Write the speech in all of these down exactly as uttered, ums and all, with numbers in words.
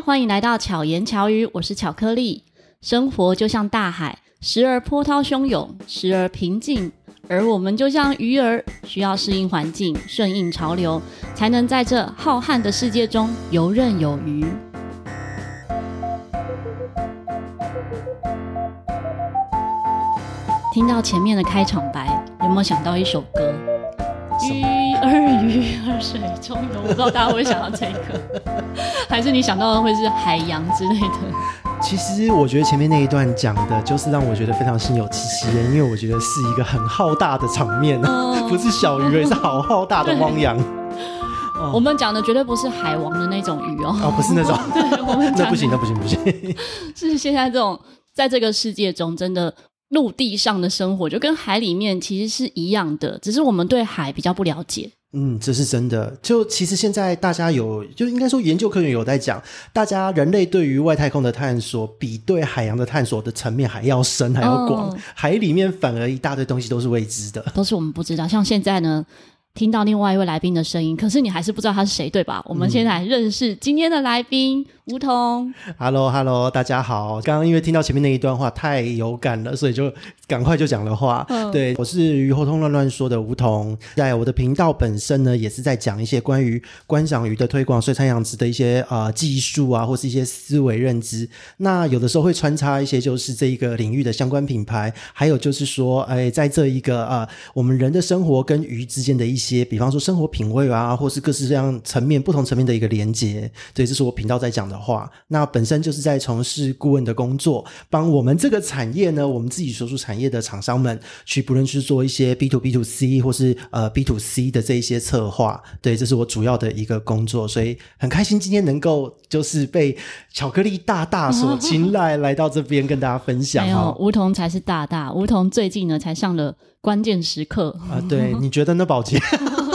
欢迎来到巧言巧语，我是巧克力。生活就像大海，时而波涛汹涌，时而平静，而我们就像鱼儿，需要适应环境，顺应潮流，才能在这浩瀚的世界中游刃有余。听到前面的开场白，有没有想到一首歌？鱼儿鱼儿水中游，我不知道大家会不会想到这个，还是你想到的会是海洋之类的？ 其实我觉得前面那一段讲的就是让我觉得非常心有戚戚焉，因为我觉得是一个很浩大的场面、哦、不是小鱼而是好浩大的汪洋、 哦、我们讲的绝对不是海王的那种鱼哦， 哦不是那种对，我们那不行那不行不行， 是现在这种在这个世界中真的陆地上的生活就跟海里面其实是一样的，只是我们对海比较不了解。 嗯，这是真的。就其实现在大家有，就应该说研究科学有在讲，大家人类对于外太空的探索比对海洋的探索的层面还要深还要广、哦、海里面反而一大堆东西都是未知的，都是我们不知道。像现在呢听到另外一位来宾的声音，可是你还是不知道他是谁，对吧？我们先来认识今天的来宾梧桐。 Hello Hello 大家好，刚刚因为听到前面那一段话太有感了，所以就赶快就讲了话、嗯、对，我是鱼活通乱乱说的梧桐，在我的频道本身呢也是在讲一些关于观赏鱼的推广、水产养殖的一些呃技术啊，或是一些思维认知，那有的时候会穿插一些就是这一个领域的相关品牌，还有就是说哎，在这一个呃我们人的生活跟鱼之间的一些比方说生活品味啊，或是各式各样层面不同层面的一个连结，对，这是我频道在讲的话。那本身就是在从事顾问的工作，帮我们这个产业呢，我们自己所属产业的厂商们去不论是做一些 B to B to C 或是呃 B to C 的这一些策划，对，这是我主要的一个工作，所以很开心今天能够就是被巧克力大大所青睐、哦、来到这边跟大家分享。 没有，梧桐才是大大，梧桐最近呢才上了关键时刻啊，对，你觉得呢宝杰？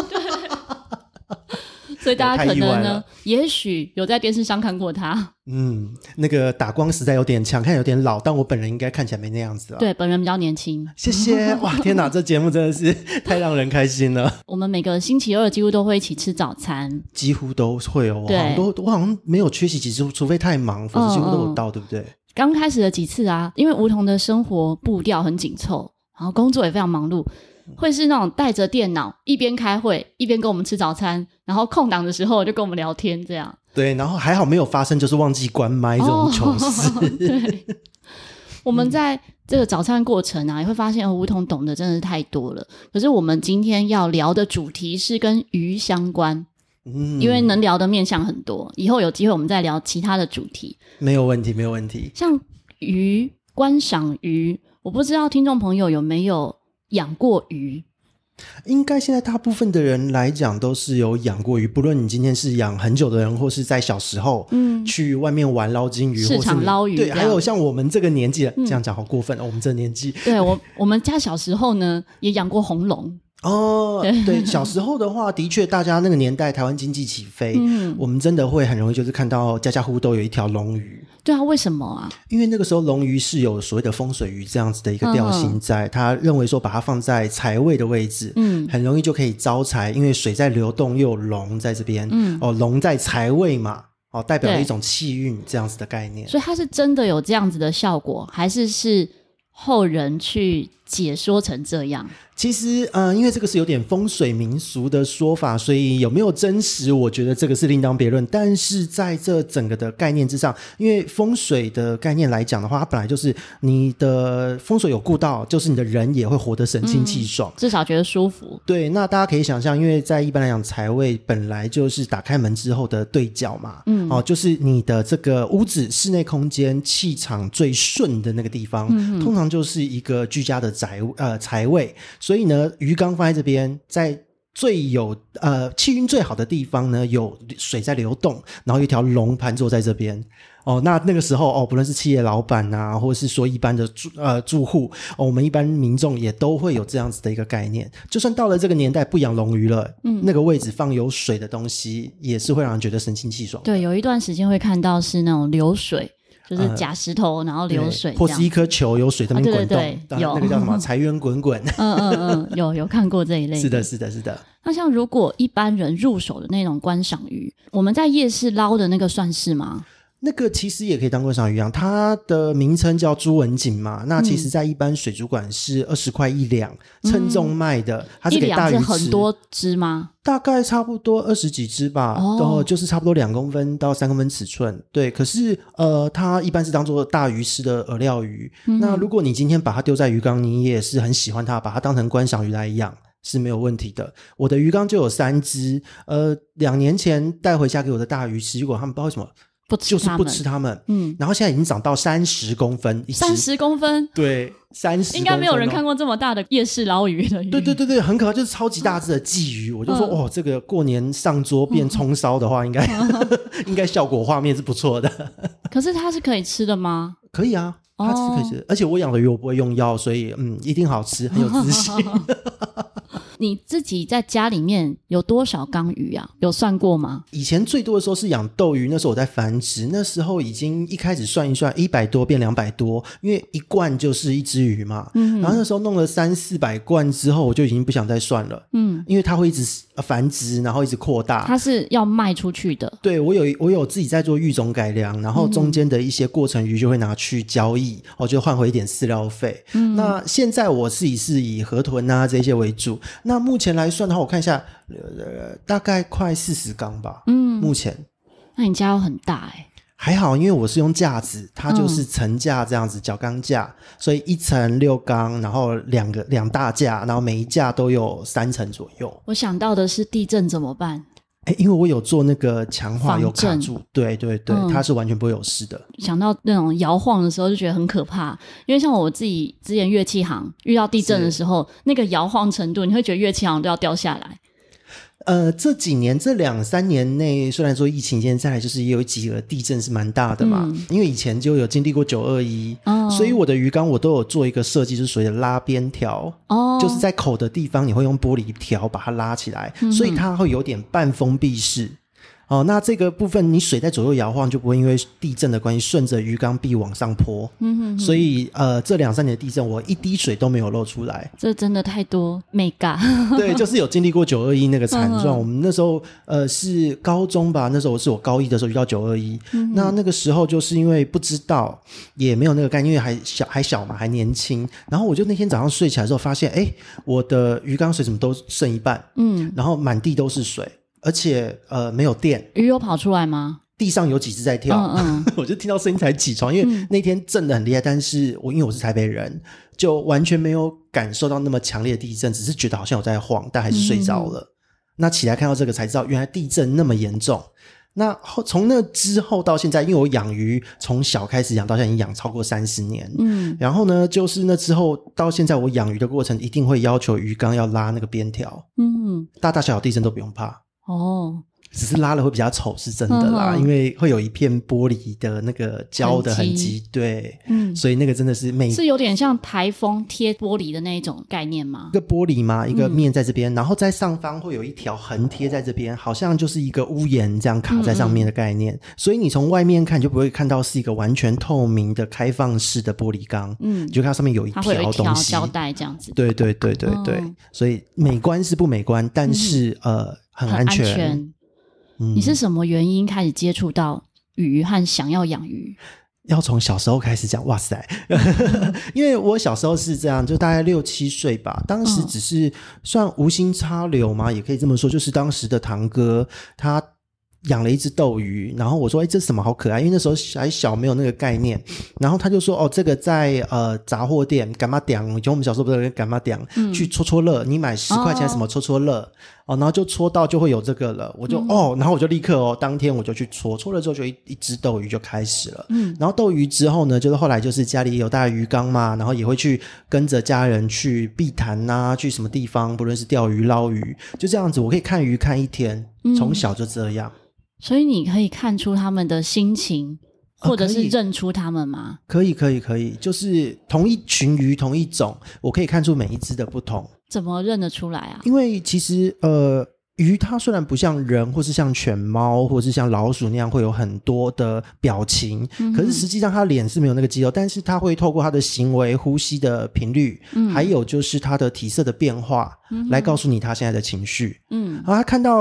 所以大家可能呢也许有在电视上看过他， 嗯，那个打光实在有点强，看有点老，但我本人应该看起来没那样子啊。 对，本人比较年轻。 谢谢。哇天哪，这节目真的是太让人开心了。 我们每个星期二几乎都会一起吃早餐， 几乎都会哦。我好像都我好像没有缺席几次，除非太忙，否则几乎都有到、嗯嗯、对不对？ 刚开始的几次啊，因为梧桐的生活步调很紧凑，然后工作也非常忙碌，会是那种带着电脑一边开会一边跟我们吃早餐，然后空档的时候就跟我们聊天这样。 对，然后还好没有发生就是忘记关麦这种糗事、哦、 对，我们在这个早餐过程啊也会发现梧桐懂得真的是太多了。可是我们今天要聊的主题是跟鱼相关，嗯，因为能聊的面向很多，以后有机会我们再聊其他的主题。 没有问题没有问题。 像鱼，观赏鱼，我不知道听众朋友有没有养过鱼。 应该现在大部分的人来讲都是有养过鱼，不论你今天是养很久的人，或是在小时候嗯去外面玩捞金鱼， 市场捞鱼， 对，还有像我们这个年纪、嗯、这样讲好过分、哦、我们这个年纪， 对，我我们家小时候呢也养过红龙哦，对，小时候的话的确大家那个年代台湾经济起飞、嗯、我们真的会很容易就是看到家家户户都有一条龙鱼。 对啊，为什么啊？ 因为那个时候龙鱼是有所谓的风水鱼这样子的一个调性在、嗯、他认为说把它放在财位的位置，嗯，很容易就可以招财，因为水在流动又有龙在这边，嗯，哦，龙在财位嘛，哦，代表了一种气运这样子的概念。 所以它是真的有这样子的效果，还是是后人去解说成这样？ 其实呃，因为这个是有点风水民俗的说法，所以有没有真实我觉得这个是另当别论。但是在这整个的概念之上，因为风水的概念来讲的话，它本来就是你的风水有顾到，就是你的人也会活得神清气爽、嗯、 至少觉得舒服。 对，那大家可以想象，因为在一般来讲财位本来就是打开门之后的对角嘛，嗯，哦，就是你的这个屋子室内空间气场最顺的那个地方、嗯、通常就是一个居家的宅呃财位。所以呢鱼缸放在这边，在最有呃气运最好的地方呢有水在流动，然后有一条龙盘坐在这边哦，那那个时候哦，不论是企业老板啊，或者是说一般的住呃住户、哦、我们一般民众也都会有这样子的一个概念。就算到了这个年代不养龙鱼了，嗯，那个位置放有水的东西也是会让人觉得神清气爽。 对，有一段时间会看到是那种流水，就是假石头、呃、然后流水， 或是一颗球有水在那边滚动、啊、对对对，有那个叫什么财源滚滚嗯嗯嗯，有有看过这一类的。 是的是的是的。 那像如果一般人入手的那种观赏鱼，我们在夜市捞的那个算是吗？ 那个其实也可以当观赏鱼养，它的名称叫朱文锦嘛。那其实在一般水族馆是二十块一两，称重卖的，嗯、它是给大鱼吃。 一两是很多只吗？ 大概差不多二十几只吧，哦，就是差不多两公分到三公分尺寸。对，可是呃，它一般是当做大鱼吃的饵料鱼。嗯、那如果你今天把它丢在鱼缸，你也是很喜欢它，把它当成观赏鱼来养。是没有问题的。我的鱼缸就有三只，呃，两年前带回家给我的大鱼吃，结果他们不知道为什么不吃就是不吃它们，嗯，然后现在已经长到三十公分一只， 三十公分， 对，三十、哦， 应该没有人看过这么大的夜市捞鱼的鱼， 对对对对，很可怕，就是超级大只的鲫鱼，嗯、我就说，哦，这个过年上桌变葱烧的话，应该、嗯、应该效果画面是不错的。 可是它是可以吃的吗？ 可以啊。它是可以吃的、哦、而且我养的鱼我不会用药，所以嗯，一定好吃，很有自信。 你自己在家里面有多少缸鱼啊？有算过吗？ 以前最多的时候是养斗鱼，那时候我在繁殖，那时候已经一开始算一算一百多变两百多，因为一罐就是一只鱼嘛、嗯、然后那时候弄了三四百罐之后我就已经不想再算了，嗯，因为它会一直繁殖，然后一直扩大， 它是要卖出去的。 对，我有我有自己在做育种改良，然后中间的一些过程鱼就会拿去交易，我、嗯、就换回一点饲料费、嗯、那现在我自己是以河豚啊这些为主，那目前来算的话我看一下、呃、大概快四十缸吧，嗯，目前。 那你家有很大耶、欸、 还好，因为我是用架子，它就是层架这样子，角缸架、嗯、所以一层六缸，然后两个两大架，然后每一架都有三层左右。 我想到的是地震怎么办？ 欸、因为我有做那个强化有卡住，对对对、嗯、它是完全不会有事的。 想到那种摇晃的时候就觉得很可怕，因为像我自己之前乐器行遇到地震的时候，那个摇晃程度你会觉得乐器行都要掉下来。 呃，这几年这两三年内，虽然说疫情现在来就是也有几个地震是蛮大的嘛、嗯、因为以前就有经历过九二一、哦、所以我的鱼缸我都有做一个设计，就是所谓的拉边条、哦、就是在口的地方你会用玻璃条把它拉起来、嗯、所以它会有点半封闭式。哦，那这个部分你水在左右摇晃就不会因为地震的关系顺着鱼缸壁往上泼，嗯哼哼，所以呃这两三年的地震我一滴水都没有漏出来， 这真的太多mega。 对，就是有经历过九二一那个惨状、嗯、我们那时候呃是高中吧，那时候是我高一的时候遇到九二一、嗯、那那个时候就是因为不知道也没有那个概念，因为还小还小嘛还年轻，然后我就那天早上睡起来之后发现诶我的鱼缸水怎么都剩一半，嗯，然后满地都是水，而且呃没有电。 鱼有跑出来吗？ 地上有几只在跳，嗯嗯我就听到声音才起床，因为那天震得很厉害、嗯、但是我因为我是台北人就完全没有感受到那么强烈的地震，只是觉得好像有在晃，但还是睡着了、嗯、那起来看到这个才知道原来地震那么严重。那从那之后到现在，因为我养鱼从小开始养到现在已经养超过三十年，嗯，然后呢就是那之后到现在我养鱼的过程一定会要求鱼缸要拉那个边条，嗯，大大小小地震都不用怕哦，只是拉了会比较丑是真的啦、嗯、因为会有一片玻璃的那个胶的痕迹，对、嗯、所以那个真的是每是有点像台风贴玻璃的那种概念吗？ 一个玻璃嘛，一个面在这边、嗯、然后在上方会有一条横贴在这边，好像就是一个屋檐这样卡在上面的概念，嗯嗯，所以你从外面看就不会看到是一个完全透明的开放式的玻璃缸，嗯，你就看到上面有一条东西，它会有一条胶带这样子， 对对对对对、嗯、所以美观是不美观，但是、嗯、呃很安全， 很安全。你是什么原因开始接触到鱼和想要养鱼？ 要从小时候开始讲，哇塞因为我小时候是这样，就大概六七岁吧，当时只是算无心插柳嘛、嗯、也可以这么说，就是当时的堂哥他养了一只斗鱼，然后我说诶这是什么好可爱，因为那时候还小没有那个概念，然后他就说哦这个在呃杂货店干嘛点，以前我们小时候不是干嘛点、嗯、去戳戳乐，你买十块钱什么戳戳乐、哦哦，然后就戳到就会有这个了，我就、嗯、哦，然后我就立刻哦，当天我就去戳，戳了之后就一一只斗鱼就开始了，嗯，然后斗鱼之后呢，就是后来就是家里有大鱼缸嘛，然后也会去跟着家人去碧潭啊，去什么地方，不论是钓鱼捞鱼，就这样子，我可以看鱼看一天，从小就这样、嗯。 所以你可以看出他们的心情，或者是认出他们吗？ 可以可以可以，就是同一群鱼同一种，我可以看出每一只的不同。 怎么认得出来啊？ 因为其实呃鱼它虽然不像人或是像犬猫或是像老鼠那样会有很多的表情、嗯、可是实际上它脸是没有那个肌肉，但是它会透过它的行为、呼吸的频率、嗯、还有就是它的体色的变化、嗯、来告诉你它现在的情绪。嗯，然后它看到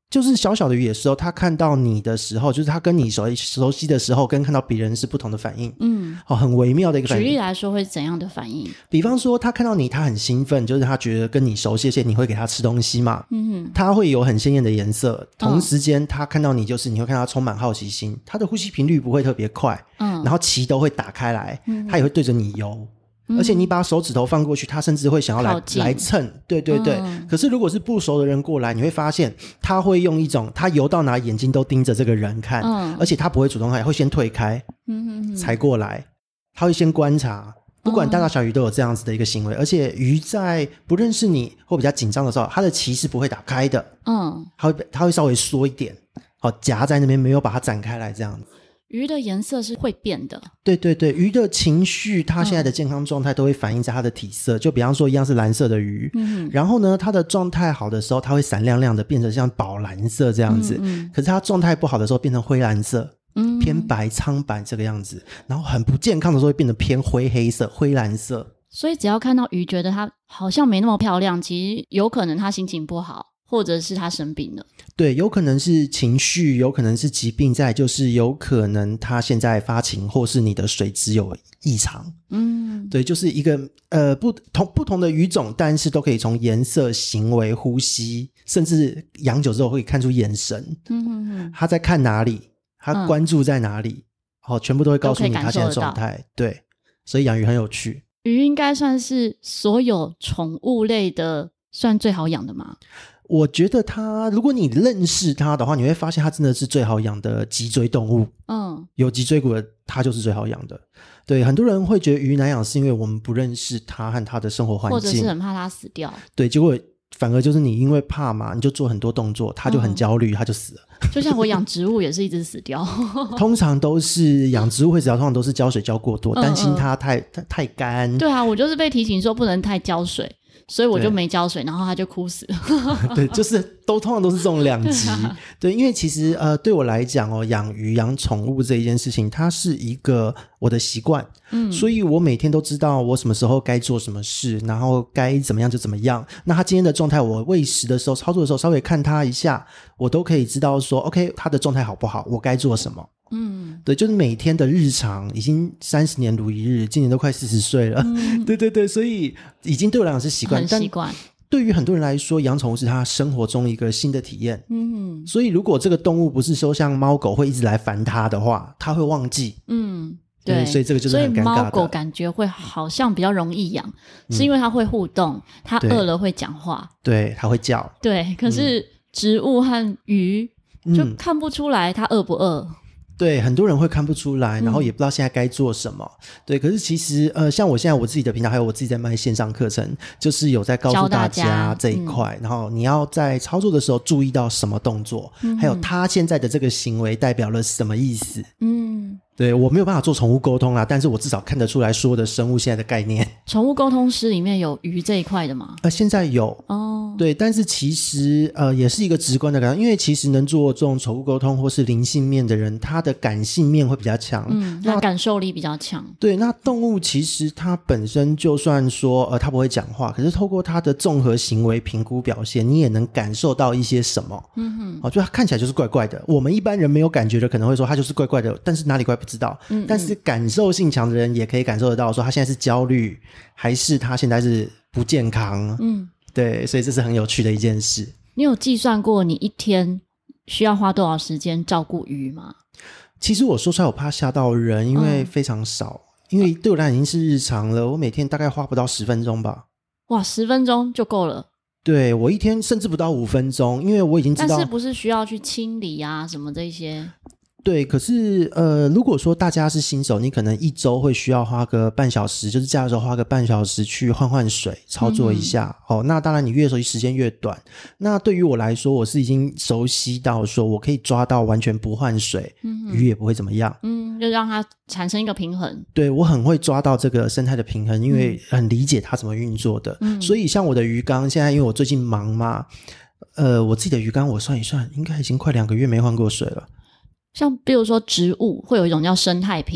就是小小的鱼的时候，他看到你的时候，就是他跟你熟熟悉的时候，跟看到别人是不同的反应。嗯，哦，很微妙的一个反应。 举例来说会怎样的反应？ 比方说他看到你，他很兴奋，就是他觉得跟你熟悉，而且你会给他吃东西嘛。嗯，他会有很鲜艳的颜色。同时间他看到你，就是你会看到他充满好奇心，他的呼吸频率不会特别快。嗯，然后鳍都会打开来，嗯，他也会对着你游。而且你把手指头放过去，他甚至会想要来来蹭，对对对、嗯。可是如果是不熟的人过来，你会发现他会用一种他游到哪眼睛都盯着这个人看，嗯、而且他不会主动看，会先退开，嗯哼哼才过来。他会先观察，不管大大小鱼都有这样子的一个行为。嗯、而且鱼在不认识你或比较紧张的时候，它的鳍是不会打开的，嗯，它会它会稍微缩一点，好夹在那边，没有把它展开来这样子。 鱼的颜色是会变的， 对对对，鱼的情绪它现在的健康状态都会反映在它的体色、嗯、就比方说一样是蓝色的鱼、嗯、然后呢它的状态好的时候它会闪亮亮的变成像宝蓝色这样子、嗯嗯、可是它状态不好的时候变成灰蓝色、嗯、偏白苍白这个样子，然后很不健康的时候会变得偏灰黑色灰蓝色。 所以只要看到鱼觉得它好像没那么漂亮，其实有可能它心情不好，或者是他生病了。 对，有可能是情绪，有可能是疾病，再来就是有可能他现在发情，或是你的水质有异常。嗯，对，就是一个呃不同不同的鱼种，但是都可以从颜色、行为、呼吸，甚至养久之后会看出眼神。嗯哼哼，他在看哪里，他关注在哪里，嗯、哦，全部都会告诉你他现在的状态。对，所以养鱼很有趣。 鱼应该算是所有宠物类的算最好养的吗？ 我觉得它，如果你认识它的话，你会发现它真的是最好养的脊椎动物。嗯，有脊椎骨的它就是最好养的。对，很多人会觉得鱼难养是因为我们不认识它和它的生活环境， 或者是很怕它死掉。 对，结果反而就是你因为怕嘛，你就做很多动作，它就很焦虑、嗯、它就死了。 就像我养植物也是一直死掉。 通常都是养植物会死掉，通常都是浇水浇过多，担心它太太太干。 对啊，我就是被提醒说不能太浇水，所以我就没浇水，然后它就枯死了。 对，就是都通常都是这种两极。对，因为其实呃，对我来讲哦，养鱼养宠物这一件事情，它是一个我的习惯。嗯，所以我每天都知道我什么时候该做什么事，然后该怎么样就怎么样。那它今天的状态，我喂食的时候、操作的时候，稍微看它一下，我都可以知道说 ，OK， 它的状态好不好，我该做什么。嗯，对，就是每天的日常，已经三十年如一日，今年都快四十岁了。嗯，对对对，所以已经对我来讲是习惯， 很习惯。 对于很多人来说，养宠物是他生活中一个新的体验。嗯，所以如果这个动物不是说像猫狗会一直来烦他的话，他会忘记。嗯，对，所以这个就是很尴尬的。 所以猫狗感觉会好像比较容易养，嗯、是因为它会互动，它饿了会讲话， 对，它会叫。 对，可是植物和鱼、嗯、就看不出来它饿不饿。 对，很多人会看不出来，然后也不知道现在该做什么。嗯、对，可是其实呃，像我现在我自己的频道，还有我自己在卖线上课程，就是有在告诉大家这一块、嗯、然后你要在操作的时候注意到什么动作、嗯、还有他现在的这个行为代表了什么意思。嗯，对，我没有办法做宠物沟通啦，但是我至少看得出来所有的生物现在的概念。 宠物沟通师里面有鱼这一块的吗？ 呃，现在有哦，对，但是其实呃也是一个直观的感觉，因为其实能做这种宠物沟通或是灵性面的人，他的感性面会比较强， 嗯，那感受力比较强。 对，那动物其实它本身就算说呃它不会讲话，可是透过它的综合行为评估表现，你也能感受到一些什么。嗯哼，哦，就它看起来就是怪怪的，我们一般人没有感觉的可能会说它就是怪怪的，但是哪里怪不知道。嗯嗯，但是感受性强的人也可以感受得到说他现在是焦虑还是他现在是不健康。嗯，对，所以这是很有趣的一件事。 你有计算过你一天需要花多少时间照顾鱼吗？ 其实我说出来我怕吓到人，因为非常少、嗯、因为对我来讲已经是日常了，我每天大概花不到十分钟吧。 哇，十分钟就够了？ 对，我一天甚至不到五分钟，因为我已经知道。 但是不是需要去清理啊什么这些？ 对，可是呃，如果说大家是新手，你可能一周会需要花个半小时，就是假的时候花个半小时去换换水，操作一下。嗯、哦，那当然你越熟悉时间越短。那对于我来说，我是已经熟悉到说我可以抓到完全不换水，嗯、鱼也不会怎么样。 嗯，就让它产生一个平衡。 对，我很会抓到这个生态的平衡，因为很理解它怎么运作的。嗯、所以像我的鱼缸，现在因为我最近忙嘛，呃，我自己的鱼缸我算一算，应该已经快两个月没换过水了。 像比如说植物会有一种叫生态瓶，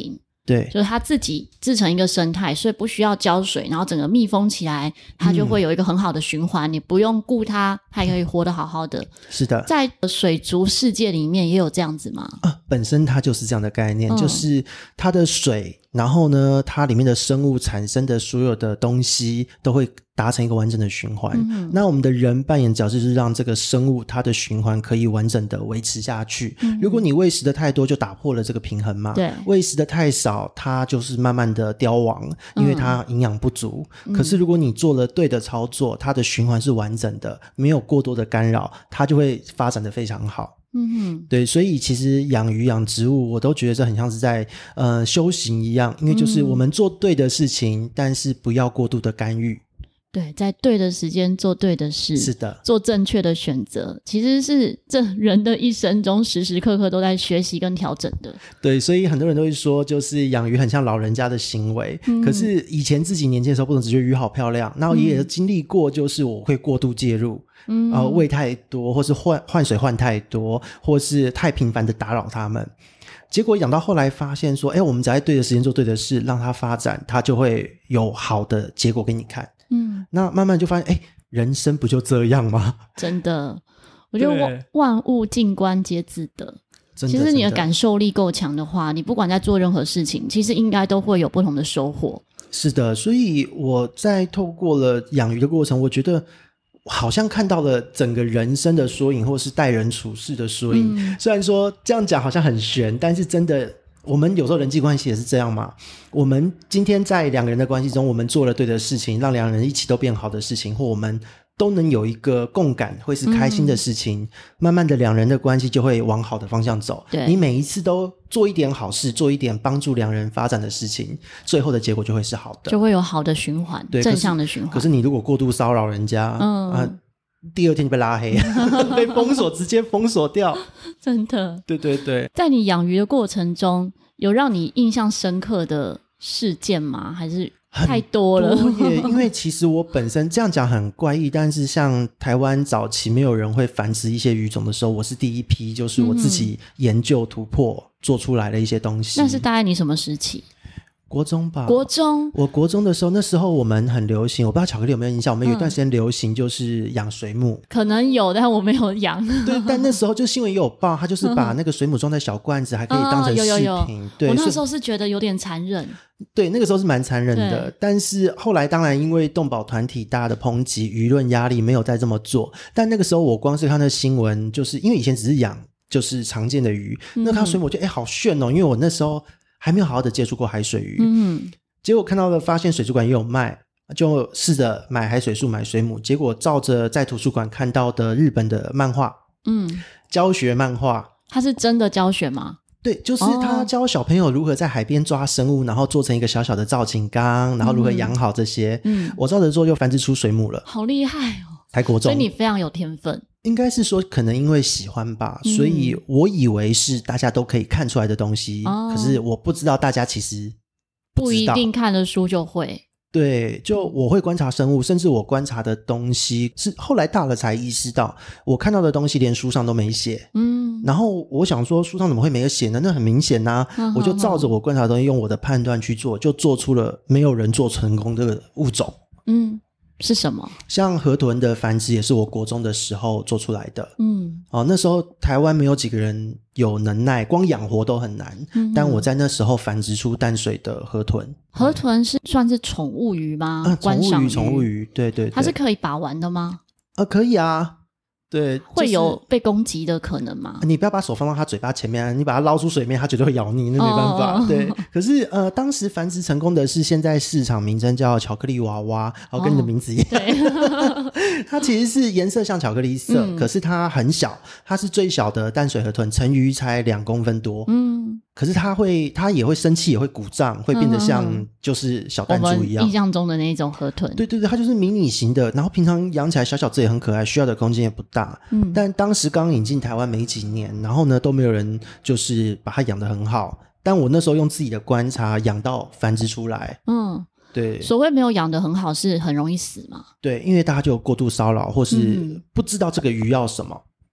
对， 就是它自己制成一个生态，所以不需要浇水，然后整个密封起来，它就会有一个很好的循环、嗯、你不用顾它，它也可以活得好好的。 是的， 在水族世界里面也有这样子吗？ 啊，本身它就是这样的概念、 嗯、 就是它的水，然后呢它里面的生物产生的所有的东西都会达成一个完整的循环、嗯、那我们的人扮演角色就是让这个生物它的循环可以完整的维持下去、嗯、如果你喂食的太多就打破了这个平衡嘛， 对， 喂食的太少它就是慢慢的凋亡，因为它营养不足、嗯、可是如果你做了对的操作，它的循环是完整的，没有过多的干扰，它就会发展的非常好。嗯哼，对，所以其实养鱼养植物我都觉得这很像是在呃修行一样，因为就是我们做对的事情、嗯、但是不要过度的干预， 对，在对的时间做对的事， 是的，做正确的选择，其实是这人的一生中时时刻刻都在学习跟调整的。 对，所以很多人都会说就是养鱼很像老人家的行为、嗯、可是以前自己年轻的时候不能只觉得鱼好漂亮，然后也经历过就是我会过度介入，嗯，呃，喂太多，或是换换水换太多，或是太频繁的打扰他们，结果养到后来发现说，哎，我们只要在对的时间做对的事，让它发展，它就会有好的结果给你看。嗯，那慢慢就发现，哎，人生不就这样吗？ 真的，我觉得万物静观皆自得。 真的， 其实你的感受力够强的话，你不管在做任何事情，其实应该都会有不同的收获。 是的，所以我在透过了养鱼的过程，我觉得好像看到了整个人生的缩影，或是待人处事的缩影、嗯、虽然说这样讲好像很玄，但是真的我们有时候人际关系也是这样嘛，我们今天在两个人的关系中，我们做了对的事情，让两人一起都变好的事情，或我们都能有一个共感，会是开心的事情、嗯、慢慢的两人的关系就会往好的方向走。对，你每一次都做一点好事，做一点帮助两人发展的事情，最后的结果就会是好的， 就会有好的循环，正向的循环。 可是你如果过度骚扰人家、嗯啊、第二天就被拉黑被封锁，直接封锁掉。 真的， 对对对。 在你养鱼的过程中，有让你印象深刻的事件吗？还是太多了？ 很多耶因为其实我本身这样讲很怪异，但是像台湾早期没有人会繁殖一些鱼种的时候，我是第一批，就是我自己研究突破、嗯、做出来的一些东西。 那是大概你什么时期？ 国中吧。 国中， 我国中的时候，那时候我们很流行，我不知道巧克力有没有印象，我们有一段时间流行就是养水母、嗯、 可能有，但我没有养。 对，但那时候就新闻也有报，他就是把那个水母装在小罐子、嗯、还可以当成饰品、哦、有有有对， 我那时候是觉得有点残忍。 对，那个时候是蛮残忍的，但是后来当然因为动保团体大家的抨击，舆论压力，没有再这么做。但那个时候我光是看那新闻，就是因为以前只是养就是常见的鱼、嗯、那看到水母就哎好炫哦，因为我那时候还没有好好的接触过海水鱼，嗯，结果看到了发现水族馆也有卖，就试着买海水素买水母，结果照着在图书馆看到的日本的漫画，嗯，教学漫画。 它是真的教学吗？ 对，就是他教小朋友如何在海边抓生物、哦、然后做成一个小小的造景缸，然后如何养好这些，嗯，我照着做就繁殖出水母了。 好厉害哦， 才国中。 所以你非常有天分。 应该是说可能因为喜欢吧、嗯、所以我以为是大家都可以看出来的东西、哦、可是我不知道大家其实 不, 不一定看了书就会。 对，就我会观察生物，甚至我观察的东西是后来大了才意识到，我看到的东西连书上都没写。嗯，然后我想说书上怎么会没有写呢？那很明显啊、嗯、我就照着我观察的东西用我的判断去做，就做出了没有人做成功的物种。嗯， 是什么？ 像河豚的繁殖也是我国中的时候做出来的。嗯，哦，那时候台湾没有几个人有能耐，光养活都很难、嗯、但我在那时候繁殖出淡水的河豚。 河豚是算是宠物鱼吗？ 啊，宠物鱼，宠物鱼，对对对。 它是可以把玩的吗？ 啊，可以啊。对， 会有被攻击的可能吗？ 你不要把手放到它嘴巴前面，你把它捞出水面，它绝对会咬你，那没办法。哦、对，可是呃，当时繁殖成功的是现在市场名称叫巧克力娃娃，哦，跟你的名字一样。对，它其实是颜色像巧克力色、嗯，可是它很小，它是最小的淡水河豚，成鱼才两公分多。嗯。可是它会，它也会生气，也会鼓胀，会变得像就是小弹珠一样。 我们印象中的那种河豚。 对对对，它就是迷你型的，然后平常养起来小小只也很可爱，需要的空间也不大。嗯，但当时刚引进台湾没几年，然后呢都没有人就是把它养得很好。但我那时候用自己的观察养到繁殖出来。嗯，对。 所谓没有养得很好是很容易死吗？ 对，因为大家就有过度骚扰，或是不知道这个鱼要什么。嗯，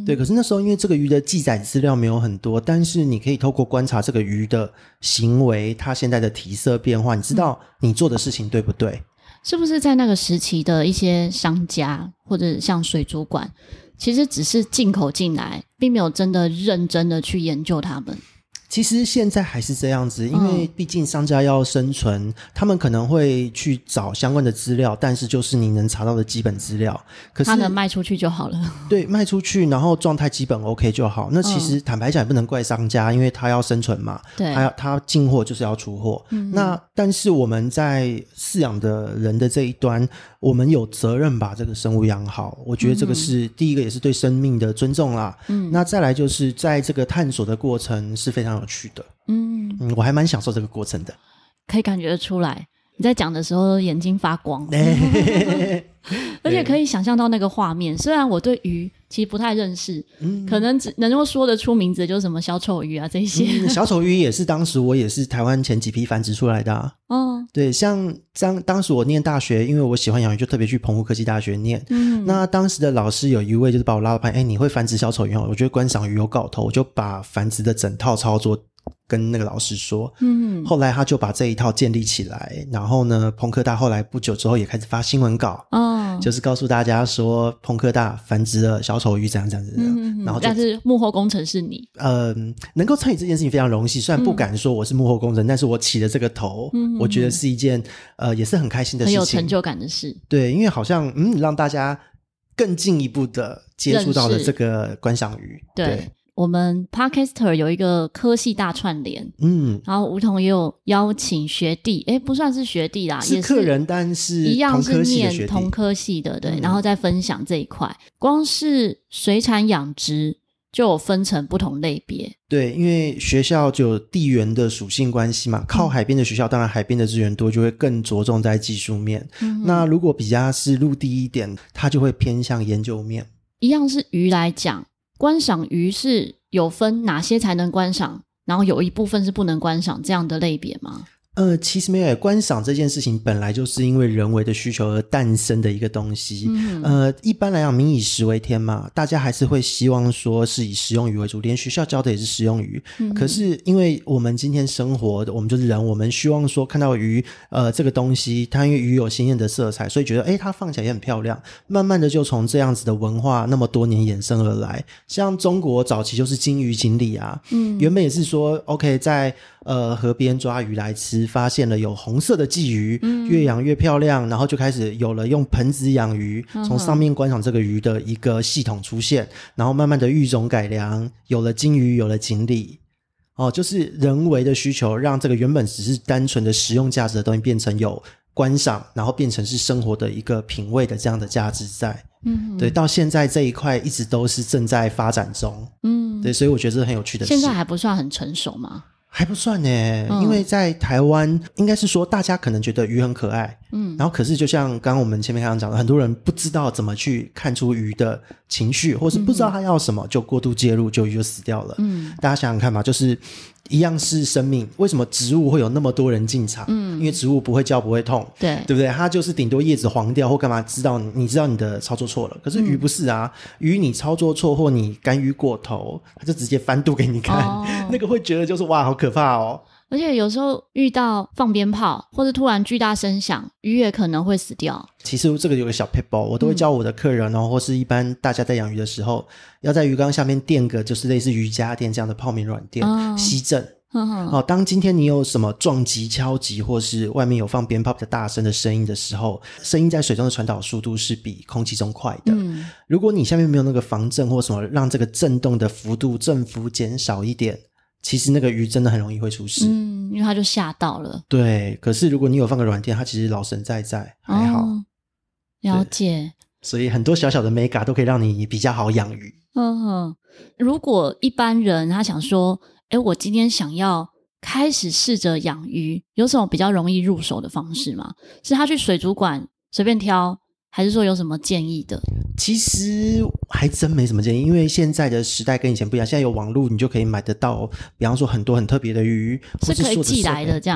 对，可是那时候因为这个鱼的记载资料没有很多，但是你可以透过观察这个鱼的行为，它现在的体色变化，你知道你做的事情对不对？ 是不是在那个时期的一些商家或者像水族馆，其实只是进口进来，并没有真的认真的去研究它们？ 其实现在还是这样子，因为毕竟商家要生存、嗯、他们可能会去找相关的资料，但是就是你能查到的基本资料，可是他能卖出去就好了。 对，卖出去然后状态基本 OK 就好。那其实坦白讲也不能怪商家、嗯、因为他要生存嘛，对，他要他进货就是要出货、嗯、那但是我们在饲养的人的这一端，我们有责任把这个生物养好，我觉得这个是、嗯、第一个也是对生命的尊重啦。嗯，那再来就是在这个探索的过程是非常有趣的。 嗯, 嗯我还蛮享受这个过程的， 可以感觉得出来你在讲的时候眼睛发光而且可以想象到那个画面。虽然我对鱼其实不太认识、嗯、可能只能够说得出名字就是什么小丑鱼啊这些、 嗯、小丑鱼也是当时我也是台湾前几批繁殖出来的啊。哦，对，像当当时我念大学，因为我喜欢养鱼就特别去澎湖科技大学念、嗯、那当时的老师有一位就是把我拉到旁边，哎，你会繁殖小丑鱼，我觉得观赏鱼有搞头，我就把繁殖的整套操作跟那个老师说，嗯，后来他就把这一套建立起来，然后呢澎科大后来不久之后也开始发新闻稿，哦，就是告诉大家说澎科大繁殖了小丑鱼怎样怎样怎样、嗯、然后但是幕后工程是你， 呃，能够参与这件事情非常荣幸，虽然不敢说我是幕后工程、嗯、但是我起了这个头、嗯、我觉得是一件呃也是很开心的事情， 很有成就感的事。 对，因为好像嗯让大家更进一步的接触到了这个观赏鱼。 对, 对我们 Podcaster 有一个科系大串联，嗯，然后梧桐也有邀请学弟，诶不算是学弟啦， 是客人，但是一样是念同科系的，对、嗯，然后再分享这一块。光是水产养殖就有分成不同类别， 对，因为学校就有地缘的属性关系嘛，靠海边的学校、嗯、当然海边的资源多，就会更着重在技术面、嗯、那如果比较是陆地一点，它就会偏向研究面。 一样是鱼来讲，观赏鱼是有分哪些才能观赏，然后有一部分是不能观赏这样的类别吗？ 呃，其实没有，观赏这件事情本来就是因为人为的需求而诞生的一个东西。嗯、呃，一般来讲民以食为天嘛，大家还是会希望说是以食用鱼为主，连学校教的也是食用鱼、嗯、可是因为我们今天生活我们就是人，我们希望说看到鱼呃这个东西，它因为鱼有鲜艳的色彩，所以觉得诶它放起来也很漂亮，慢慢的就从这样子的文化那么多年衍生而来。像中国早期就是金鱼锦鲤啊，嗯，原本也是说 OK 在呃河边抓鱼来吃，发现了有红色的鲫鱼、嗯、越养越漂亮，然后就开始有了用盆子养鱼，从上面观赏这个鱼的一个系统出现，然后慢慢的育种改良，有了金鱼有了锦鲤。哦，就是人为的需求让这个原本只是单纯的实用价值的东西变成有观赏，然后变成是生活的一个品味的这样的价值在。嗯，对，到现在这一块一直都是正在发展中。嗯，对，所以我觉得这是很有趣的事。 现在还不算很成熟吗？ 还不算耶、嗯、因为在台湾应该是说大家可能觉得鱼很可爱，嗯，然后可是就像刚刚我们前面刚刚讲的，很多人不知道怎么去看出鱼的情绪，或是不知道他要什么、嗯、就过度介入，就鱼就死掉了。嗯，大家想想看嘛，就是一样是生命，为什么植物会有那么多人进场？嗯，因为植物不会叫不会痛，对对不对？它就是顶多叶子黄掉或干嘛，知道你你知道你的操作错了，可是鱼不是啊、嗯、鱼你操作错或你干预过头，它就直接翻肚给你看、哦、那个会觉得就是哇好可怕哦。 而且有时候遇到放鞭炮或者突然巨大声响，鱼也可能会死掉。 其实这个有个小 pitball 我都会教我的客人、哦嗯、或是一般大家在养鱼的时候，要在鱼缸下面垫个就是类似瑜伽垫这样的泡棉软垫、哦、吸震。哦，当今天你有什么撞击敲击或是外面有放鞭炮比较大声的声音的时候，声音在水中的传导速度是比空气中快的、嗯、如果你下面没有那个防震或什么让这个震动的幅度振幅减少一点，其实那个鱼真的很容易会出事。 嗯，因为它就吓到了。 对，可是如果你有放个软垫，它其实老神在在还好、哦、 了解。 所以很多小小的 mega 都可以让你比较好养鱼。 嗯哼，如果一般人他想说诶我今天想要开始试着养鱼，有什么比较容易入手的方式吗？是他去水族馆随便挑，还是说有什么建议的？ 其实还真没什么建议，因为现在的时代跟以前不一样，现在有网络你就可以买得到，比方说很多很特别的鱼， 是可以寄来的这样。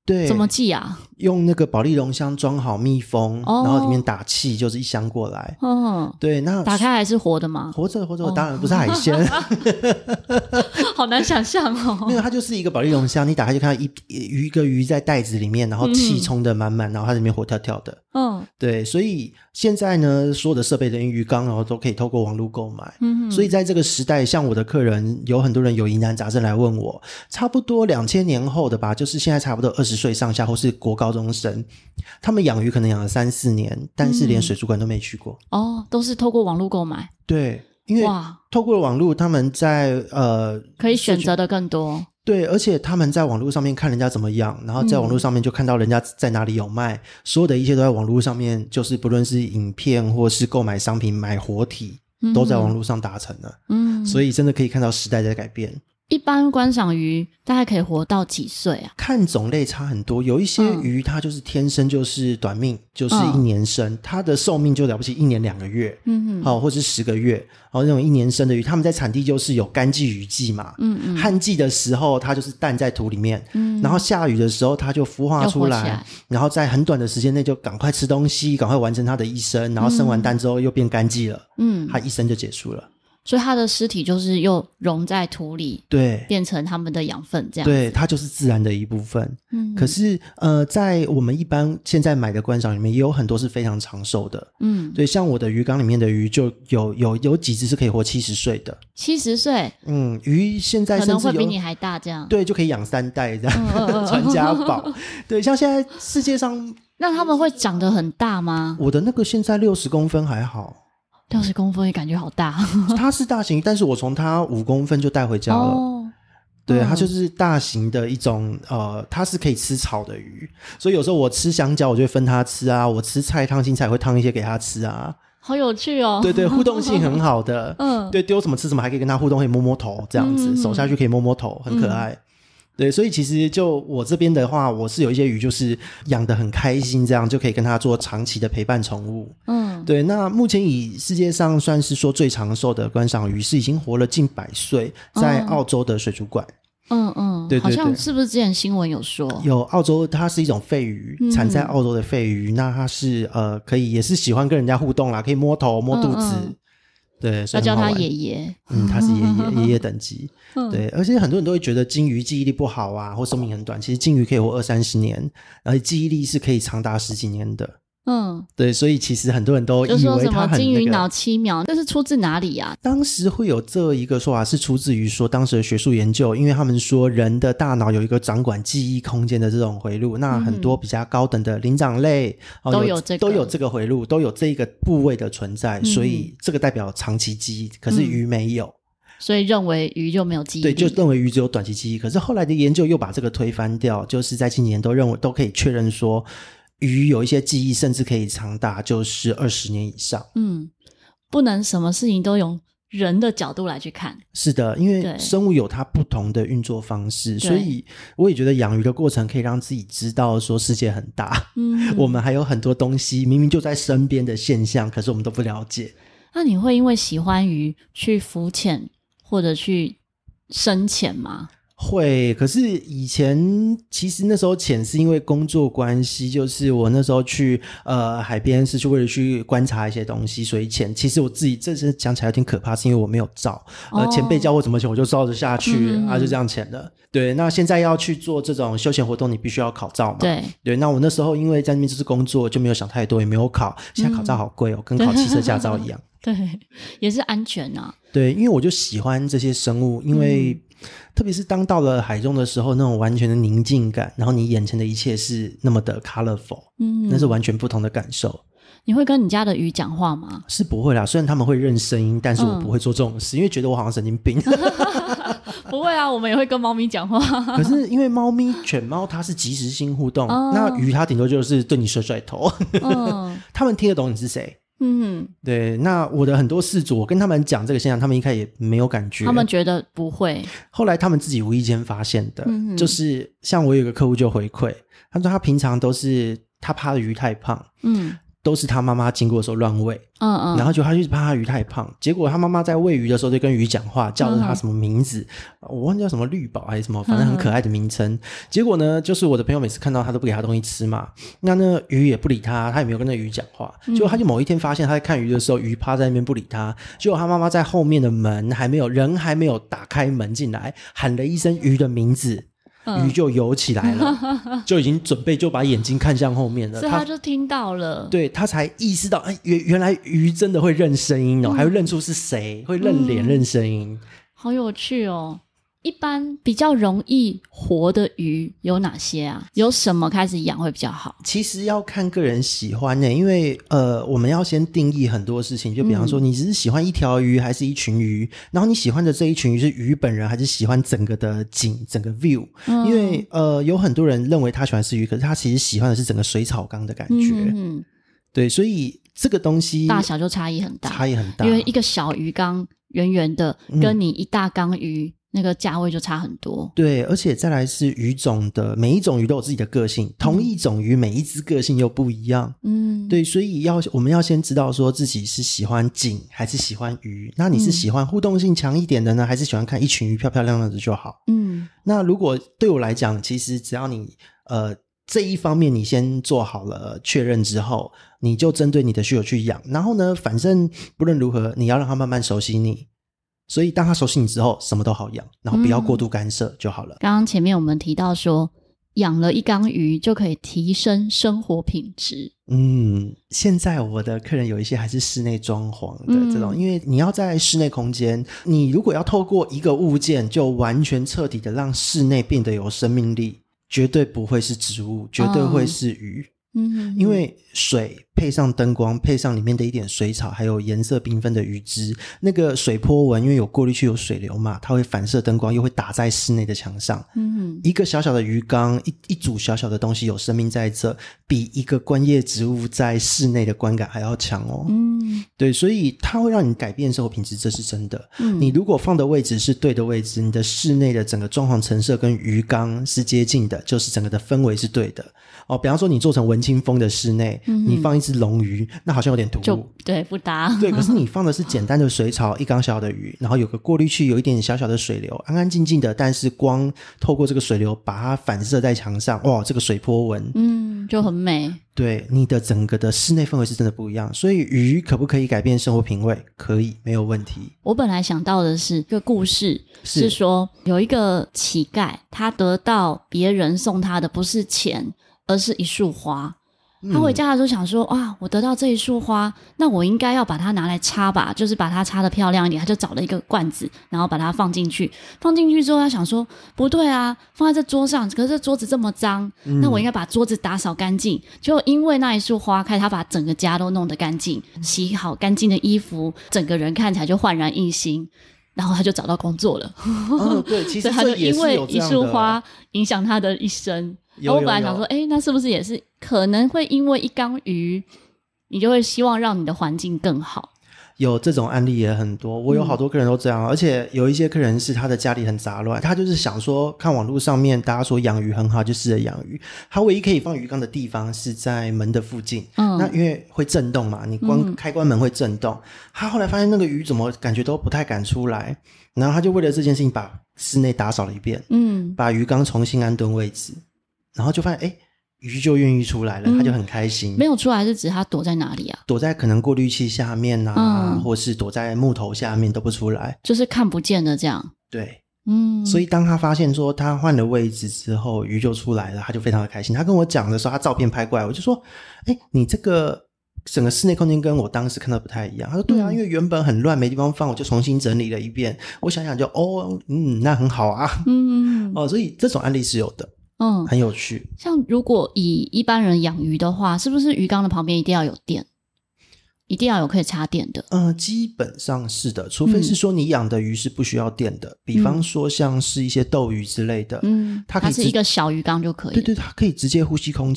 对， 怎么寄啊？ 用那个保丽龙箱装好密封、 哦、 然后里面打气，就是一箱过来。 嗯， 对，那打开还是活的吗？ 活着活着、 哦、 当然不是海鲜。 好难想象哦。 没有，它就是一个保丽龙箱，你打开就看到一一个鱼在袋子里面，然后气冲得满满、嗯、然后它里面活跳跳的。嗯，对，所以现在呢，所有的设备连鱼缸然后都可以透过网络购买。嗯，所以在这个时代，像我的客人有很多人有疑难杂症来问我，差不多两千年后的吧，就是现在差不多二十岁上下或是国高中生，他们养鱼可能养了三四年，但是连水族馆都没去过。 嗯、哦，都是透过网络购买。 对，因为透过网络，他们在呃可以选择的更多。 对，而且他们在网络上面看人家怎么养，然后在网络上面就看到人家在哪里有卖、嗯、所有的一切都在网络上面，就是不论是影片或是购买商品买活体、嗯、都在网络上达成了。嗯，所以真的可以看到时代在改变。 一般观赏鱼大概可以活到几岁啊？ 看种类差很多，有一些鱼它就是天生就是短命、嗯、就是一年生、嗯、它的寿命就了不起一年两个月，嗯，好，或是十个月，然后那种一年生的鱼，他们在产地就是有干季雨季嘛，嗯嗯，旱季的时候它就是蛋在土里面，嗯，然后下雨的时候它就孵化出来，然后在很短的时间内就赶快吃东西，赶快完成它的一生，然后生完蛋之后又变干季了，嗯，它一生就结束了。 所以它的尸体就是又融在土里， 对， 变成他们的养分这样子。 对，它就是自然的一部分。嗯，可是呃，在我们一般现在买的观赏里面，也有很多是非常长寿的。嗯，对，像我的鱼缸里面的鱼，就有有有几只是可以活七十岁的。 七十岁？ 嗯，鱼现在甚至有可能会比你还大这样。 对，就可以养三代这样，传家宝。对，像现在世界上， 那他们会长得很大吗？ 我的那个现在六十公分还好。 六十公分也感觉好大。 它是大型，但是我从它五公分就带回家了。哦，对，它就是大型的一种呃，它是可以吃草的鱼，所以有时候我吃香蕉我就会分它吃啊，我吃菜烫青菜会烫一些给它吃啊。 好有趣哦。 对对，互动性很好的。嗯，对，丢什么吃什么，还可以跟它互动，可以摸摸头这样子，嗯，手下去可以摸摸头，很可爱。嗯，对，所以其实就我这边的话，我是有一些鱼就是养得很开心，这样就可以跟它做长期的陪伴宠物。嗯，对，那目前以世界上算是说最长寿的观赏鱼是已经活了近百岁，在澳洲的水族馆。嗯嗯，对对对， 好像是不是之前新闻有说有澳洲它是一种肺鱼，嗯，产在澳洲的肺鱼，那它是呃可以也是喜欢跟人家互动啦，可以摸头摸肚子。嗯嗯，对， 要叫他爷爷。 嗯，他是爷爷，爷爷等级。嗯，对，而且很多人都会觉得金鱼记忆力不好啊，或寿命很短。其实金鱼可以活二三十年，而且记忆力是可以长达十几年的。嗯，对，所以其实很多人都以为它很，那个，就说什么金鱼脑七秒，这是出自哪里啊？ 当时会有这一个说法是出自于说当时的学术研究，因为他们说人的大脑有一个掌管记忆空间的这种回路，那很多比较高等的灵长类，嗯， 都有这个都有这个回路，都有这个部位的存在，嗯，所以这个代表长期记忆，可是鱼没有。嗯， 所以认为鱼就没有记忆力。 对，就认为鱼只有短期记忆。可是后来的研究又把这个推翻掉，就是在近几年都认为都可以确认说鱼有一些记忆甚至可以长达就是二十年以上。 嗯，不能什么事情都用人的角度来去看。 是的，因为生物有它不同的运作方式，所以我也觉得养鱼的过程可以让自己知道说世界很大。嗯，我们还有很多东西明明就在身边的现象，可是我们都不了解。 那你会因为喜欢鱼去浮潜或者去深潜吗？ 会，可是以前其实那时候潜是因为工作关系，就是我那时候去呃海边是去为了去观察一些东西，所以潜。其实我自己这是讲起来有点可怕，是因为我没有照，呃、哦、前辈教我怎么潜我就照着下去，嗯嗯嗯啊就这样潜的。对，那现在要去做这种休闲活动，你必须要考照嘛。 对对，那我那时候因为在那边就是工作，就没有想太多，也没有考。现在考照好贵哦，嗯、跟考汽车驾照一样。 对，也是安全啊。 对，因为我就喜欢这些生物，因为、嗯、特别是当到了海中的时候，那种完全的宁静感，然后你眼前的一切是那么的 colorful， 嗯，那是完全不同的感受。 你会跟你家的鱼讲话吗？ 是不会啦，虽然他们会认声音，但是我不会做这种事、嗯、因为觉得我好像神经病。 不会啊，我们也会跟猫咪讲话。 可是因为猫咪犬猫它是即时性互动、哦、那鱼它顶多就是对你甩甩头。嗯，他们听得懂你是谁。嗯，对，那我的很多事主我跟他们讲这个现象，他们一开始也没有感觉， 他们觉得不会， 后来他们自己无意间发现的、嗯、就是像我有个客户就回馈，他说他平常都是他怕鱼太胖，嗯， 都是他妈妈经过的时候乱喂， 嗯嗯， 然后就他就怕他鱼太胖，结果他妈妈在喂鱼的时候就跟鱼讲话，叫着他什么名字、嗯、我忘记叫什么绿宝还是什么，反正很可爱的名称、嗯、结果呢就是我的朋友每次看到他都不给他东西吃嘛，那那鱼也不理他，他也没有跟那鱼讲话、嗯、结果他就某一天发现他在看鱼的时候鱼趴在那边不理他，结果他妈妈在后面的门还没有人还没有打开门进来，喊了一声鱼的名字，鱼就游起来了、嗯、就已经准备就把眼睛看向后面了， 所以他就听到了， 对，他才意识到、哎、原, 原来鱼真的会认声音哦、嗯、还会认出是谁，会认脸、嗯、认声音， 好有趣哦。一般比较容易活的鱼有哪些啊？有什么开始养会比较好？ 其实要看个人喜欢耶，因为呃，我们要先定义很多事情，就比方说你只是喜欢一条鱼还是一群鱼、嗯、然后你喜欢的这一群鱼是鱼本人还是喜欢整个的景整个 view、嗯、因为呃，有很多人认为他喜欢吃鱼，可是他其实喜欢的是整个水草缸的感觉、嗯嗯、对，所以这个东西大小就差异很大， 差异很大， 因为一个小鱼缸圆圆的跟你一大缸鱼、嗯那个价位就差很多。 对，而且再来是鱼种的，每一种鱼都有自己的个性，同一种鱼每一只个性又不一样。嗯，对，所以要我们要先知道说自己是喜欢景还是喜欢鱼，那你是喜欢互动性强一点的呢、嗯、还是喜欢看一群鱼漂漂亮亮的就好。嗯，那如果对我来讲，其实只要你呃这一方面你先做好了确认之后，你就针对你的需求去养，然后呢反正不论如何你要让它慢慢熟悉你，所以当他熟悉你之后什么都好养，然后不要过度干涉就好了、嗯、 刚刚前面我们提到说养了一缸鱼就可以提升生活品质。 嗯，现在我的客人有一些还是室内装潢的这种、嗯、因为你要在室内空间，你如果要透过一个物件就完全彻底的让室内变得有生命力，绝对不会是植物，绝对会是鱼、哦嗯，因为水配上灯光配上里面的一点水草还有颜色缤纷的鱼汁，那个水波纹因为有过滤器有水流嘛，它会反射灯光又会打在室内的墙上。嗯，一个小小的鱼缸 一, 一组小小的东西有生命在这，比一个观叶植物在室内的观感还要强哦。嗯，对，所以它会让你改变生活品质，这是真的。嗯，你如果放的位置是对的位置，你的室内的整个装潢陈设跟鱼缸是接近的，就是整个的氛围是对的哦。比方说你做成文青风的室内、嗯、你放一只龙鱼那好像有点突兀， 就对不搭。 对，可是你放的是简单的水草一缸小小的鱼，然后有个过滤器有一点小小的水流，安安静静的，但是光透过这个水流把它反射在墙上，哇，这个水波纹嗯，就很美。 对，你的整个的室内氛围是真的不一样。所以鱼可不可以改变生活品味？可以，没有问题。 我本来想到的是一个故事， 是, 是说有一个乞丐，他得到别人送他的不是钱而是一束花。他回家的时候想说、嗯、哇，我得到这一束花，那我应该要把它拿来插吧，就是把它插得漂亮一点。他就找了一个罐子，然后把它放进去，放进去之后他想说不对啊，放在这桌上，可是这桌子这么脏、嗯、那我应该把桌子打扫干净。就因为那一束花开，他把整个家都弄得干净，洗好干净的衣服，整个人看起来就焕然一新，然后他就找到工作了。 哦，对，其实这也是有这样的，所以他就因为一束花影响他的一生。有有有，我本来想说诶，那是不是也是可能会因为一缸鱼你就会希望让你的环境更好？ 有这种案例也很多，我有好多客人都这样、嗯、而且有一些客人是他的家里很杂乱，他就是想说看网络上面大家说养鱼很好，就试着养鱼，他唯一可以放鱼缸的地方是在门的附近、嗯、那因为会震动嘛，你光开关门会震动、嗯、他后来发现那个鱼怎么感觉都不太敢出来，然后他就为了这件事情把室内打扫了一遍，嗯，把鱼缸重新安顿位置，然后就发现诶鱼就愿意出来了、嗯、他就很开心。没有出来是指他躲在哪里啊？ 躲在可能过滤器下面啊、嗯、或是躲在木头下面都不出来， 就是看不见的这样。 对，嗯，所以当他发现说他换了位置之后鱼就出来了，他就非常的开心。他跟我讲的时候他照片拍过来，我就说诶你这个整个室内空间跟我当时看到不太一样。他说对啊、嗯、因为原本很乱没地方放，我就重新整理了一遍，我想想就哦嗯那很好啊，嗯哦，所以这种案例是有的，嗯，很有趣。 像如果以一般人养鱼的话，是不是鱼缸的旁边一定要有电，一定要有可以插电的？ 呃，基本上是的，除非是说你养的鱼是不需要电的、嗯、比方说像是一些斗鱼之类的，嗯，它可以它是一个小鱼缸就可以， 对对，它可以直接呼吸空气，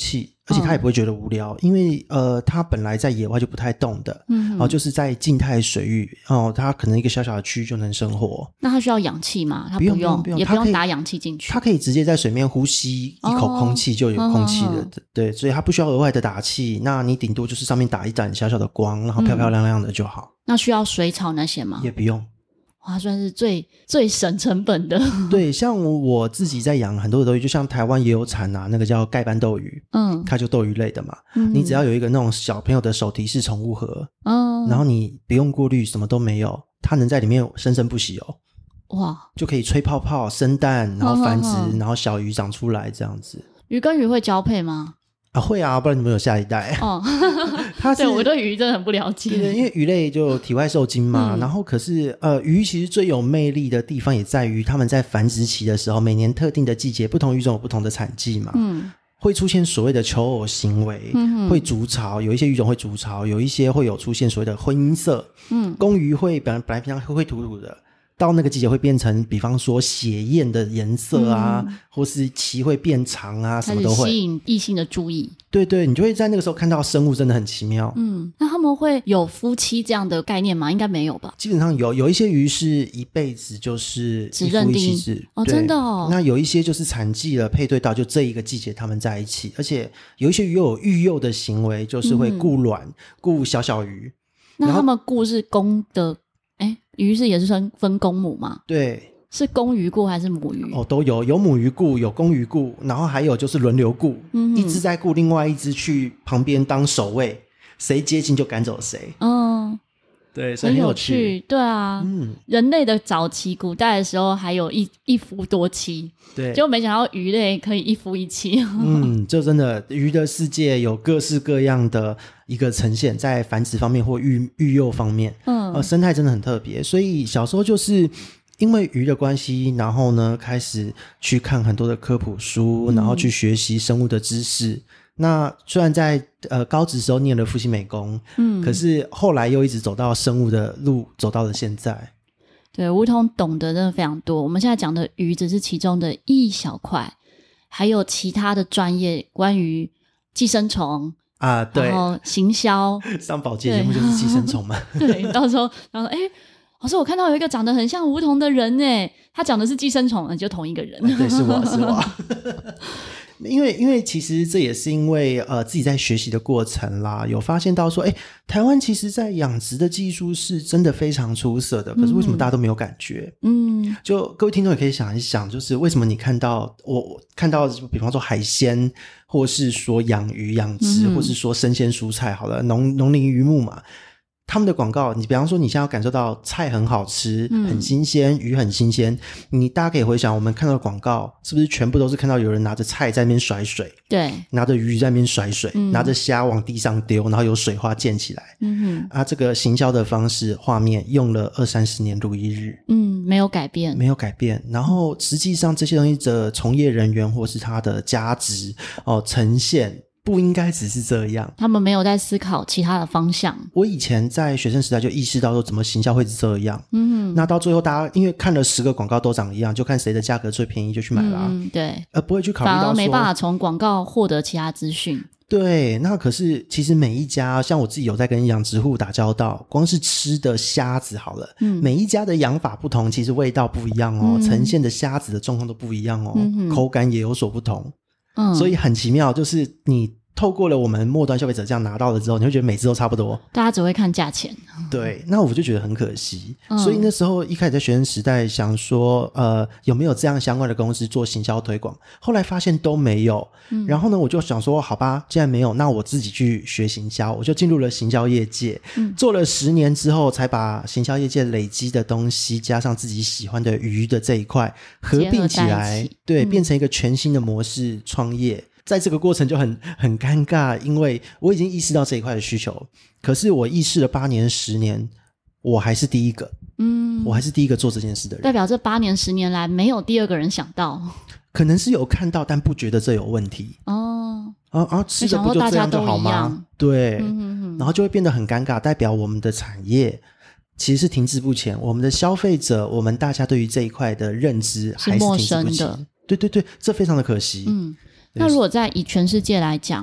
而且它也不会觉得无聊，嗯、因为呃，它本来在野外就不太动的， 嗯， 哦，就是在静态水域哦，它可能一个小小的区域就能生活。 那它需要氧气吗？它不用，不用，不用， 也不用打氧气进去， 它可以直接在水面呼吸一口空气就有空气的，哦、对，所以它不需要额外的打气。那你顶多就是上面打一盏小小的光，然后漂漂亮亮的就好。 嗯、那需要水草那些吗？ 也不用。 哇，算是最最省成本的。 对，像我自己在养很多的东西，就像台湾也有产啊，那个叫盖斑斗鱼，嗯，它就斗鱼类的嘛。嗯，你只要有一个那种小朋友的手提式宠物盒，嗯，然后你不用过滤，什么都没有，它能在里面生生不息哦。哇，就可以吹泡泡、生蛋，然后繁殖，呵呵呵然后小鱼长出来这样子。 鱼跟鱼会交配吗？ 啊，会啊，不然你们有下一代哦。它是对，我对鱼真的很不了解。 对，因为鱼类就体外受精嘛，嗯、然后可是呃，鱼其实最有魅力的地方也在于它们在繁殖期的时候，每年特定的季节，不同鱼种有不同的产季嘛，嗯，会出现所谓的求偶行为，嗯，会筑巢，有一些鱼种会筑巢，有一些会有出现所谓的婚姻色，嗯，公鱼会本来本来平常灰灰土土的。到那个季节会变成比方说血艳的颜色啊、嗯、或是鳍会变长啊，什么都会吸引异性的注意。 对对，你就会在那个时候看到生物真的很奇妙。 嗯，那他们会有夫妻这样的概念吗？应该没有吧。 基本上有有一些鱼是一辈子就是一夫一妻制哦，真的哦。 那有一些就是产季了配对到就这一个季节他们在一起，而且有一些鱼又有育幼的行为，就是会顾卵、嗯、顾小小鱼。 那他们顾是公的哎，鱼是也是分分公母吗？ 对， 是公鱼顾还是母鱼？ 哦，都有，有母鱼顾，有公鱼顾，然后还有就是轮流顾，嗯，一只在顾，另外一只去旁边当守卫，谁接近就赶走谁。嗯，对，所以很有趣。 很有趣，对啊，嗯，人类的早期古代的时候还有一一夫多妻，对，就没想到鱼类可以一夫一妻。 嗯，就真的鱼的世界有各式各样的一个呈现，在繁殖方面或育育幼方面，嗯，呃，生态真的很特别。所以小时候就是因为鱼的关系，然后呢开始去看很多的科普书，然后去学习生物的知识。嗯，那虽然在呃高职时候念了复兴美工，嗯，可是后来又一直走到生物的路，走到了现在。 对，梧桐懂得真的非常多。我们现在讲的鱼只是其中的一小块，还有其他的专业，关于寄生虫啊，对， 然后行销， 上保洁节目就是寄生虫嘛。 对，到时候然后哎，老师我看到有一个长得很像梧桐的人哎，他讲的是寄生虫，就同一个人。 对，是我是我。因为因为其实这也是因为呃自己在学习的过程啦，有发现到说哎，台湾其实在养殖的技术是真的非常出色的，可是为什么大家都没有感觉？嗯，就各位听众也可以想一想，就是为什么你看到我看到比方说海鲜，或是说养鱼养殖，嗯，或是说生鲜蔬菜，好了，农农林渔牧嘛，他们的广告，你比方说你现在要感受到菜很好吃，嗯，很新鲜，鱼很新鲜，你大家可以回想我们看到的广告是不是全部都是看到有人拿着菜在那边甩水， 对， 拿着鱼在那边甩水，嗯，拿着虾往地上丢，然后有水花溅起来。嗯哼，啊，这个行销的方式画面用了二三十年如一日， 嗯，没有改变， 没有改变。然后实际上这些东西的从业人员或是它的价值哦呈现不应该只是这样， 他们没有在思考其他的方向。 我以前在学生时代就意识到说怎么行销会是这样，嗯，那到最后大家因为看了十个广告都长一样，就看谁的价格最便宜就去买啦，嗯， 对， 而不会去考虑到说反而没办法从广告获得其他资讯。 对，那可是其实每一家，像我自己有在跟养殖户打交道，光是吃的虾子好了，嗯，每一家的养法不同，其实味道不一样哦，嗯，呈现的虾子的状况都不一样哦，嗯，口感也有所不同。嗯，所以很奇妙，就是你透过了我们末端消费者这样拿到了之后，你会觉得每次都差不多， 大家只会看价钱。 对，那我就觉得很可惜，嗯，所以那时候一开始在学生时代想说呃，有没有这样相关的公司做行销推广，后来发现都没有，嗯，然后呢我就想说好吧，既然没有，那我自己去学行销，我就进入了行销业界，嗯，做了十年之后才把行销业界累积的东西加上自己喜欢的鱼的这一块合并起来，对，嗯，变成一个全新的模式创业。在这个过程就很很尴尬，因为我已经意识到这一块的需求，可是我意识了八年十年，我还是第一个，嗯，我还是第一个做这件事的人， 代表这八年十年来没有第二个人想到， 可能是有看到但不觉得这有问题哦，啊啊，吃的不就这样就好吗？对，嗯哼哼，然后就会变得很尴尬，代表我们的产业其实是停滞不前，我们的消费者，我们大家对于这一块的认知还是停滞不前，对对对，这非常的可惜。嗯， 那如果在以全世界来讲，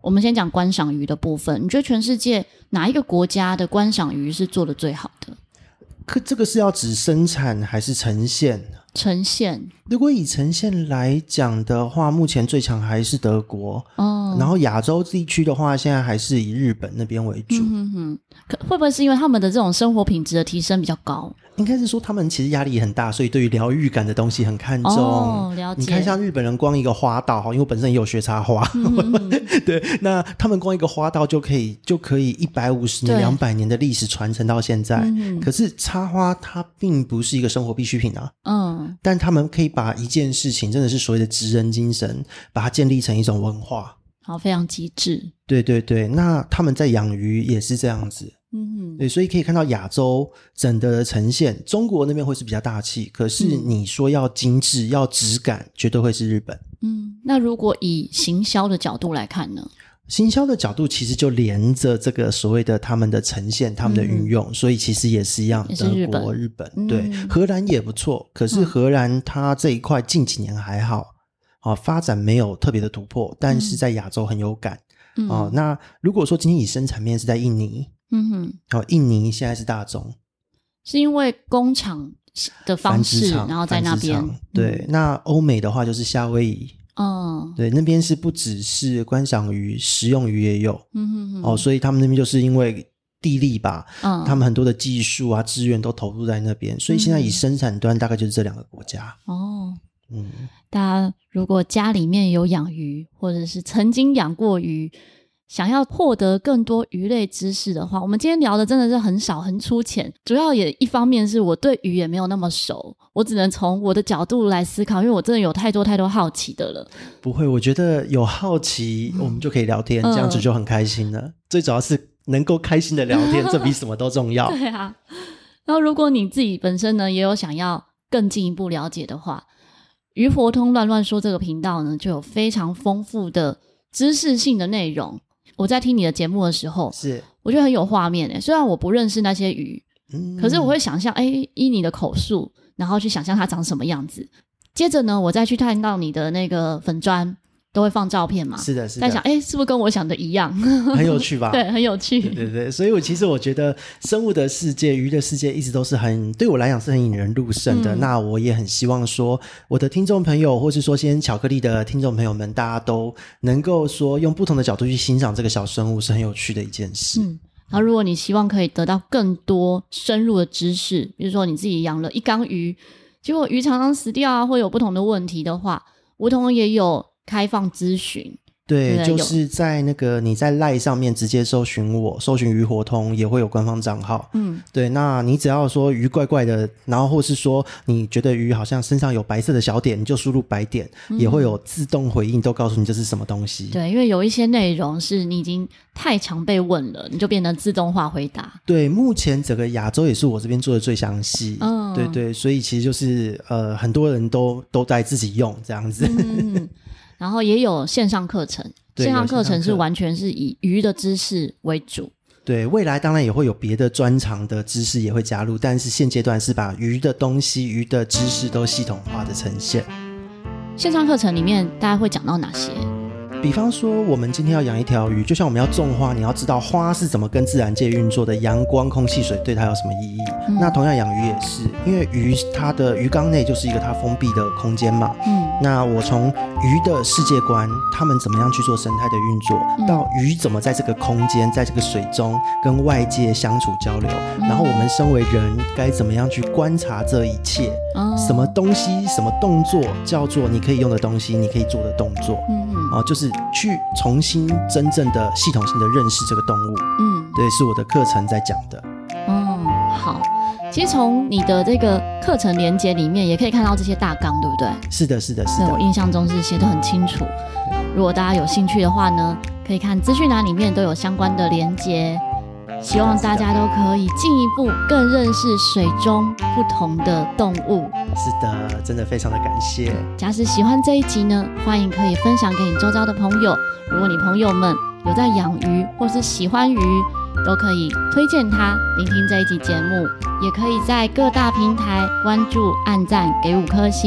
我们先讲观赏鱼的部分，你觉得全世界哪一个国家的观赏鱼是做得最好的？ 可这个是要指生产还是呈现？ 呈现。 如果以呈现来讲的话，目前最强还是德国哦，然后亚洲地区的话，现在还是以日本那边为主。嗯哼哼，可会不会是因为他们的这种生活品质的提升比较高？ 应该是说他们其实压力很大，所以对于疗愈感的东西很看重。 哦，了解。 你看像日本人光一个花道，因为我本身也有学插花，嗯、对，那他们光一个花道就可以就可以一百五十年、两百年的历史传承到现在。嗯、可是插花它并不是一个生活必需品啊。嗯，但他们可以把一件事情，真的是所谓的职人精神，把它建立成一种文化。 好，非常极致。 对对对，那他们在养鱼也是这样子。嗯，对，所以可以看到亚洲整的呈现，中国那边会是比较大气，可是你说要精致、嗯、要质感，绝对会是日本。 嗯，那如果以行销的角度来看呢？ 行销的角度其实就连着这个所谓的他们的呈现、他们的运用，嗯、所以其实也是一样。德国、日本，嗯、对，荷兰也不错，可是荷兰它这一块近几年还好，哦，发展没有特别的突破，但是在亚洲很有感。嗯、哦，那如果说今天以生产面是在印尼。嗯哼，好、哦，印尼现在是大宗， 是因为工厂的方式，然后在那边。 对，嗯、那欧美的话就是夏威夷，哦，对，那边是不只是观赏鱼，食用鱼也有，嗯哼哼，哦，所以他们那边就是因为地利吧，嗯，他们很多的技术啊资源都投入在那边，所以现在以生产端大概就是这两个国家。哦， 嗯，大家如果家里面有养鱼，或者是曾经养过鱼，想要获得更多鱼类知识的话，我们今天聊的真的是很少很粗浅，主要也一方面是我对鱼也没有那么熟，我只能从我的角度来思考，因为我真的有太多太多好奇的了。 不会，我觉得有好奇我们就可以聊天、嗯、这样子就很开心了、嗯、最主要是能够开心的聊天这比什么都重要。 对啊，然后如果你自己本身呢也有想要更进一步了解的话，鱼活通乱乱说这个频道呢就有非常丰富的知识性的内容。我在听你的节目的时候，是我觉得很有画面诶，虽然我不认识那些鱼、嗯、可是我会想象诶依你的口述，然后去想象它长什么样子，接着呢我再去看到你的那个粉专都会放照片嘛， 是的是的， 在想诶是不是跟我想的一样， 很有趣吧？ 对，很有趣， 对对对，所以我其实我觉得生物的世界鱼的世界一直都是很对我来讲是很引人入胜的、嗯、那我也很希望说我的听众朋友或是说先巧克力的听众朋友们，大家都能够说用不同的角度去欣赏这个小生物是很有趣的一件事。嗯， 然后如果你希望可以得到更多深入的知识，比如说你自己养了一缸鱼，结果鱼常常死掉啊，会有不同的问题的话，梧桐也有开放咨询。 对，对就是在那个你在 LINE 上面直接搜寻我，搜寻鱼活通也会有官方账号。嗯，对，那你只要说鱼怪怪的，然后或是说你觉得鱼好像身上有白色的小点，你就输入白点、嗯、也会有自动回应，都告诉你这是什么东西。 对，因为有一些内容是你已经太常被问了，你就变成自动化回答。 对，目前整个亚洲也是我这边做的最详细。嗯，对对，所以其实就是呃很多人都都在自己用这样子。 嗯，然后也有线上课程，线上课程是完全是以鱼的知识为主。 对，未来当然也会有别的专长的知识也会加入，但是现阶段是把鱼的东西、鱼的知识都系统化的呈现。 线上课程里面大家会讲到哪些？ 比方说我们今天要养一条鱼，就像我们要种花，你要知道花是怎么跟自然界运作的，阳光空气水对它有什么意义、嗯、那同样养鱼也是，因为鱼它的鱼缸内就是一个它封闭的空间嘛。嗯，那我从鱼的世界观，他们怎么样去做生态的运作、嗯、到鱼怎么在这个空间在这个水中跟外界相处交流、嗯、然后我们身为人该怎么样去观察这一切、哦、什么东西什么动作叫做你可以用的东西，你可以做的动作。嗯哦，就是去重新真正的系统性的认识这个动物。嗯，对，是我的课程在讲的。 哦，好，其实从你的这个课程连结里面也可以看到这些大纲，对不对？ 是的是的是的， 对，我印象中是写得很清楚。如果大家有兴趣的话呢，可以看资讯栏里面都有相关的连结，希望大家都可以进一步更认识水中不同的动物。 是的，真的非常的感谢。 假使喜欢这一集呢，欢迎可以分享给你周遭的朋友。如果你朋友们有在养鱼或是喜欢鱼，都可以推荐他聆听这一集节目，也可以在各大平台关注、按赞、给五颗星。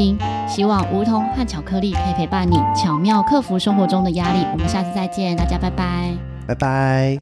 希望梧桐和巧克力可以陪伴你巧妙克服生活中的压力。我们下次再见，大家拜拜， 拜拜。